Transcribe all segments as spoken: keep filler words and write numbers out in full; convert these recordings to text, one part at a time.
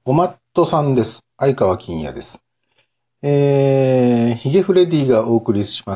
おまっとさんです。相川金也です。えー、ヒゲフレディがお送りします、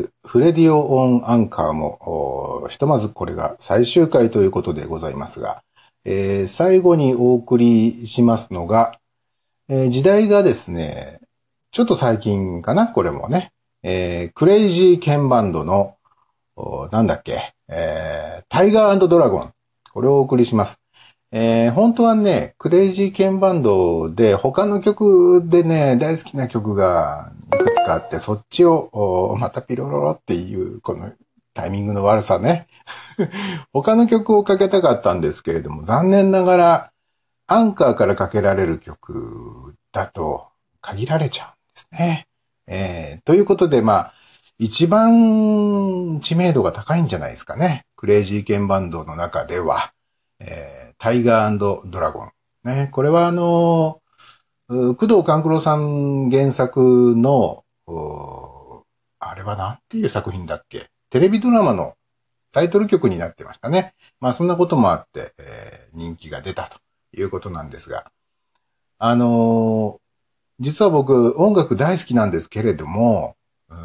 フレディオオンアンカーも、ひとまずこれが最終回ということでございますが、えー、最後にお送りしますのが、えー、時代がですね、ちょっと最近かな、これもね、えー、クレイジーケンバンドの、なんだっけ、えー、タイガー&ドラゴン、これをお送りします。えー、本当はね、クレイジーケンバンドで他の曲でね、大好きな曲がいくつかあって、そっちをまたピロロロっていうこのタイミングの悪さね。他の曲をかけたかったんですけれども、残念ながらアンカーからかけられる曲だと限られちゃうんですね。えー、ということで、まあ、一番知名度が高いんじゃないですかね。クレイジーケンバンドの中では。えー、タイガー&ドラゴン。ね、これはあの、工藤官九郎さん原作の、あれはなんていう作品だっけ？テレビドラマのタイトル曲になってましたね。まあそんなこともあって、えー、人気が出たということなんですが、あのー、実は僕音楽大好きなんですけれども、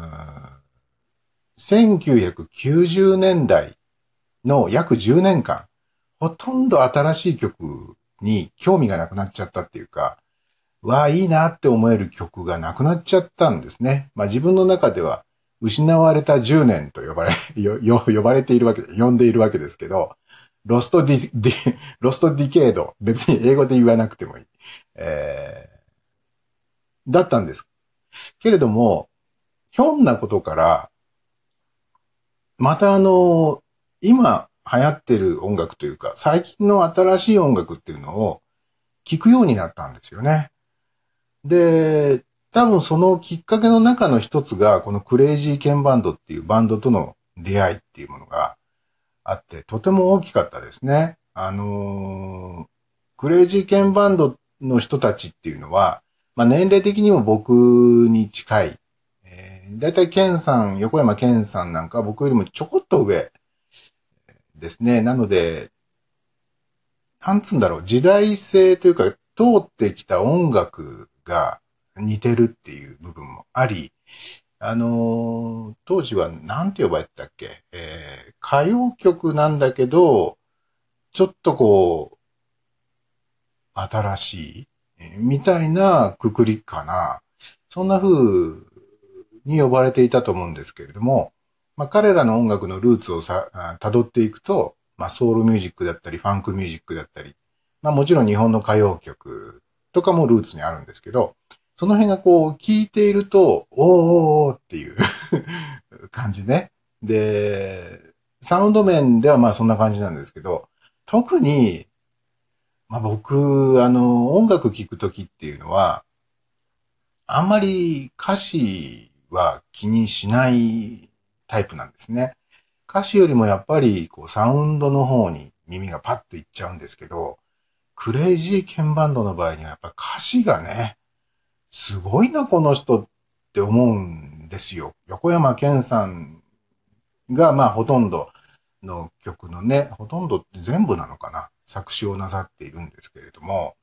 せんきゅうひゃくきゅうじゅうねんだいの約じゅうねんかん、ほとんど新しい曲に興味がなくなっちゃったっていうか、わあ、いいなって思える曲がなくなっちゃったんですね。まあ自分の中では失われたじゅうねんと呼ばれ、呼ばれているわけで、呼んでいるわけですけど、ロストディ、ディロストディケード。別に英語で言わなくてもいい。えー、だったんです。けれども、ひょんなことから、またあの、今流行ってる音楽というか、最近の新しい音楽っていうのを聞くようになったんですよね。で、多分そのきっかけの中の一つが、このクレイジーケンバンドっていうバンドとの出会いっていうものがあって、とても大きかったですね。あのー、クレイジーケンバンドの人たちっていうのは、まあ年齢的にも僕に近い。えー、だいたいケンさん、横山ケンさんなんか僕よりもちょこっと上ですね。なので、なんつうんだろう、時代性というか、通ってきた音楽が似てるっていう部分もあり、あのー、当時はなんて呼ばれてたっけ、えー、歌謡曲なんだけど、ちょっとこう、新しい、えーみたいなくくりかな。そんな風に呼ばれていたと思うんですけれども、まあ、彼らの音楽のルーツをさ、辿っていくと、まあ、ソウルミュージックだったり、ファンクミュージックだったり、まあ、もちろん日本の歌謡曲とかもルーツにあるんですけど、その辺がこう聞いていると、おーおーおーっていう感じね。で、サウンド面ではまあそんな感じなんですけど、特に、まあ僕、あの、音楽聴くときっていうのは、あんまり歌詞は気にしないタイプなんですね。歌詞よりもやっぱりこうサウンドの方に耳がパッといっちゃうんですけど、クレイジーケンバンドの場合にはやっぱ歌詞がね、すごいなこの人って思うんですよ。横山健さんがまあほとんどの曲のね、ほとんど全部なのかな、作詞をなさっているんですけれども、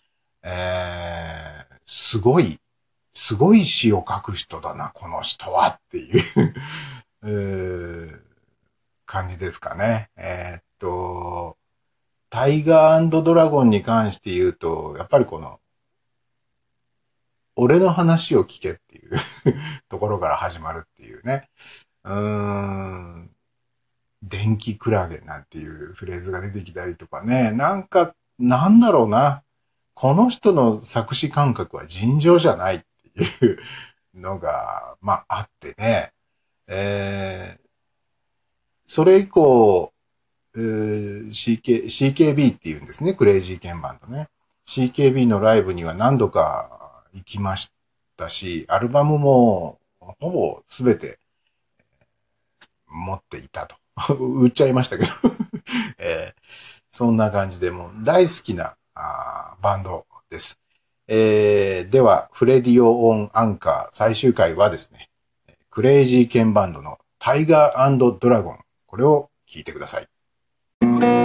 えー、すごいすごい詩を書く人だな、この人はっていうえー、感じですかね。えーっと、タイガードラゴンに関して言うと、やっぱりこの、俺の話を聞けっていうところから始まるっていうね。うーん、電気クラゲなんていうフレーズが出てきたりとかね。なんか、なんだろうな。この人の作詞感覚は尋常じゃないっていうのが、まあ、あってね。えー、それ以降、えー シーケー、シーケービー っていうんですね、クレイジーケンバンドね。シーケービー のライブには何度か行きましたし、アルバムもほぼすべて持っていたと。売っちゃいましたけど、えー、そんな感じでもう大好きなあバンドです。えー、では、フレディオ・オン・アンカー最終回はですね、クレイジーケンバンドのタイガー&ドラゴン。これを聞いてください。